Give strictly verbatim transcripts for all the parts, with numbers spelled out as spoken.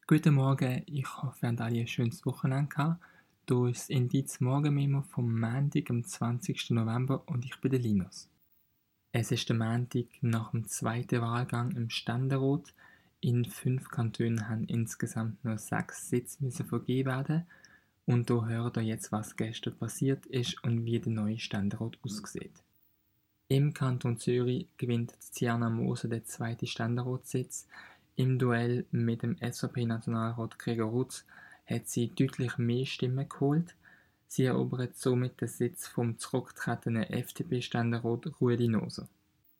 Guten Morgen, ich hoffe, ihr habt alle ein schönes Wochenende gehabt. Hier ist das Indiz Morgenmemo vom Montag, am zwanzigsten November und ich bin der Linus. Es ist der Montag nach dem zweiten Wahlgang im Ständerat. In fünf Kantonen haben insgesamt nur sechs Sitze müssen vergeben werden. Und hier hört ihr jetzt, was gestern passiert ist und wie der neue Ständerat aussieht. Im Kanton Zürich gewinnt Tiana Moser den zweiten Ständeratssitz. Im Duell mit dem S V P-Nationalrat Gregor Rutz hat sie deutlich mehr Stimmen geholt. Sie erobert somit den Sitz vom zurückgetretenen F D P-Ständerat Ruedi Noser.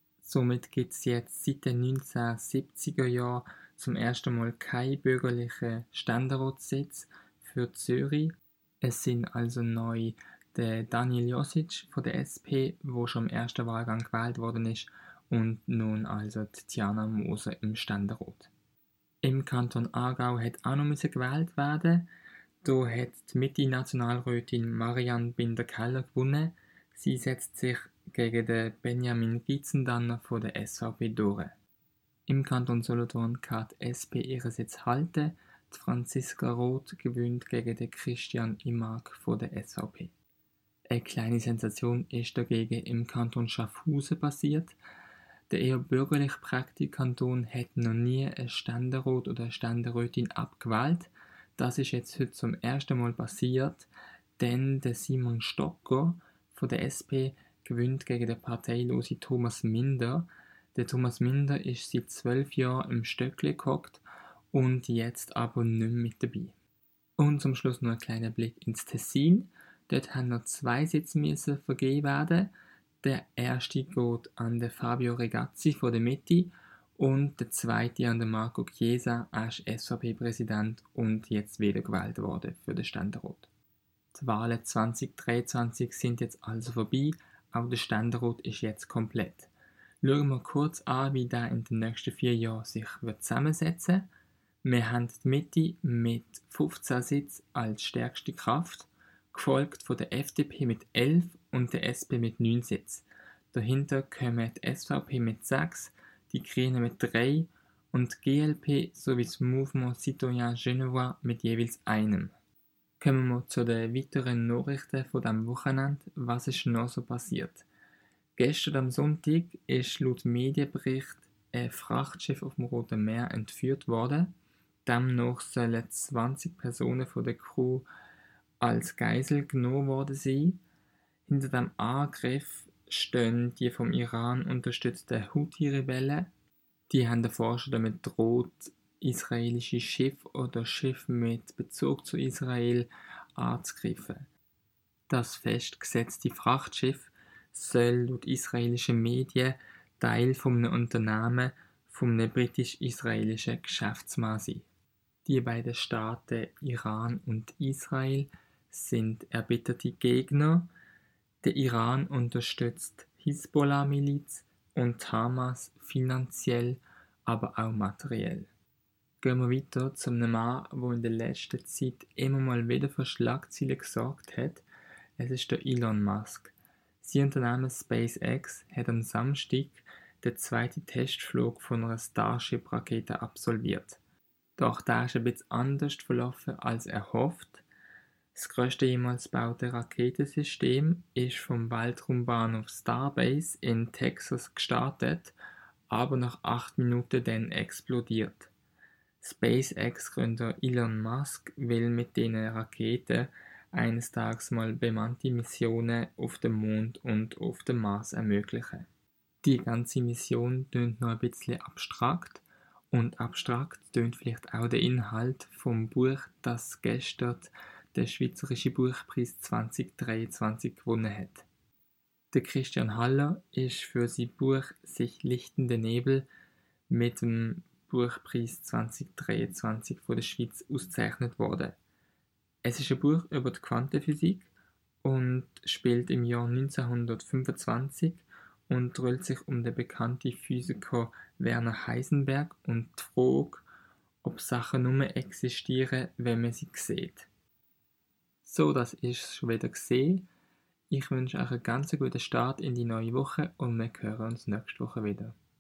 Somit gibt es jetzt seit den neunzehnhundertsiebziger Jahren zum ersten Mal keinen bürgerlichen Ständeratssitz für Zürich. Es sind also neu der Daniel Josic von der S P, wo schon im ersten Wahlgang gewählt worden ist, und nun also die Tiana Moser im Ständerat. Im Kanton Aargau hat auch noch gewählt werden. Da hat die Mitte-Nationalrätin Marianne Binder-Keller gewonnen. Sie setzt sich gegen den Benjamin Gietzendanner von der S V P durch. Im Kanton Solothurn kann die S P ihren Sitz halten. Die Franziska Roth gewinnt gegen den Christian Imag von der S V P. Eine kleine Sensation ist dagegen im Kanton Schaffhausen passiert. Der eher bürgerlich prägte Kanton hat noch nie einen Ständerat oder eine Ständerätin abgewählt. Das ist jetzt heute zum ersten Mal passiert, denn der Simon Stocker von der S P gewinnt gegen den parteilosen Thomas Minder. Der Thomas Minder ist seit zwölf Jahren im Stöckli gehockt und jetzt aber nicht mehr mit dabei. Und zum Schluss noch ein kleiner Blick ins Tessin. Dort haben noch zwei Sitze müssen vergeben werden. Der erste geht an den Fabio Regazzi von der Mitte und der zweite an den Marco Chiesa. Er ist S V P-Präsident und jetzt wiedergewählt worden für den Ständerat. Die Wahlen zwanzig dreiundzwanzig sind jetzt also vorbei, auch der Ständerat ist jetzt komplett. Schauen wir kurz an, wie der in den nächsten vier Jahren sich wird zusammensetzen wird. Wir haben die Mitte mit fünfzehn Sitzen als stärkste Kraft, gefolgt von der F D P mit elf und der S P mit neun Sitzen. Dahinter kommen die S V P mit sechs, die Grünen mit drei und die G L P sowie das Mouvement Citoyen Genevois mit jeweils einem. Kommen wir zu den weiteren Nachrichten von diesem Wochenende. Was ist noch so passiert? Gestern am Sonntag ist laut Medienbericht ein Frachtschiff auf dem Roten Meer entführt worden. Demnach sollen zwanzig Personen von der Crew als Geisel genommen worden sein. Hinter dem Angriff stehen die vom Iran unterstützten Houthi-Rebellen. Die haben den Forscher damit gedroht, israelische Schiffe oder Schiffe mit Bezug zu Israel anzugreifen. Das festgesetzte Frachtschiff soll laut israelischen Medien Teil von einem Unternehmen von einem britisch-israelischen Geschäftsmann sein. Die beiden Staaten Iran und Israel sind erbitterte Gegner. Der Iran unterstützt Hisbollah-Miliz und Hamas finanziell, aber auch materiell. Gehen wir weiter zu einem Mann, der in der letzten Zeit immer mal wieder für Schlagzeilen gesorgt hat. Es ist der Elon Musk. Sein Unternehmen SpaceX hat am Samstag den zweiten Testflug von einer Starship-Rakete absolviert. Doch der ist ein bisschen anders verlaufen als erhofft. Das grösste jemals gebaute Raketensystem ist vom Weltraumbahnhof Starbase in Texas gestartet, aber nach acht Minuten dann explodiert. SpaceX-Gründer Elon Musk will mit diesen Raketen eines Tages mal bemannte Missionen auf dem Mond und auf dem Mars ermöglichen. Die ganze Mission tönt noch ein bisschen abstrakt und abstrakt tönt vielleicht auch der Inhalt vom Buch, das gestern der Schweizerische Buchpreis zwanzig dreiundzwanzig gewonnen hat. Der Christian Haller ist für sein Buch «Sich lichtende Nebel» mit dem Buchpreis zwanzig dreiundzwanzig von der Schweiz ausgezeichnet worden. Es ist ein Buch über die Quantenphysik und spielt im Jahr neunzehnhundertfünfundzwanzig und dreht sich um den bekannten Physiker Werner Heisenberg und die Frage, ob Sachen nur existieren, wenn man sie sieht. So, das ist schon wieder gesehen. Ich wünsche euch einen ganz guten Start in die neue Woche und wir hören uns nächste Woche wieder.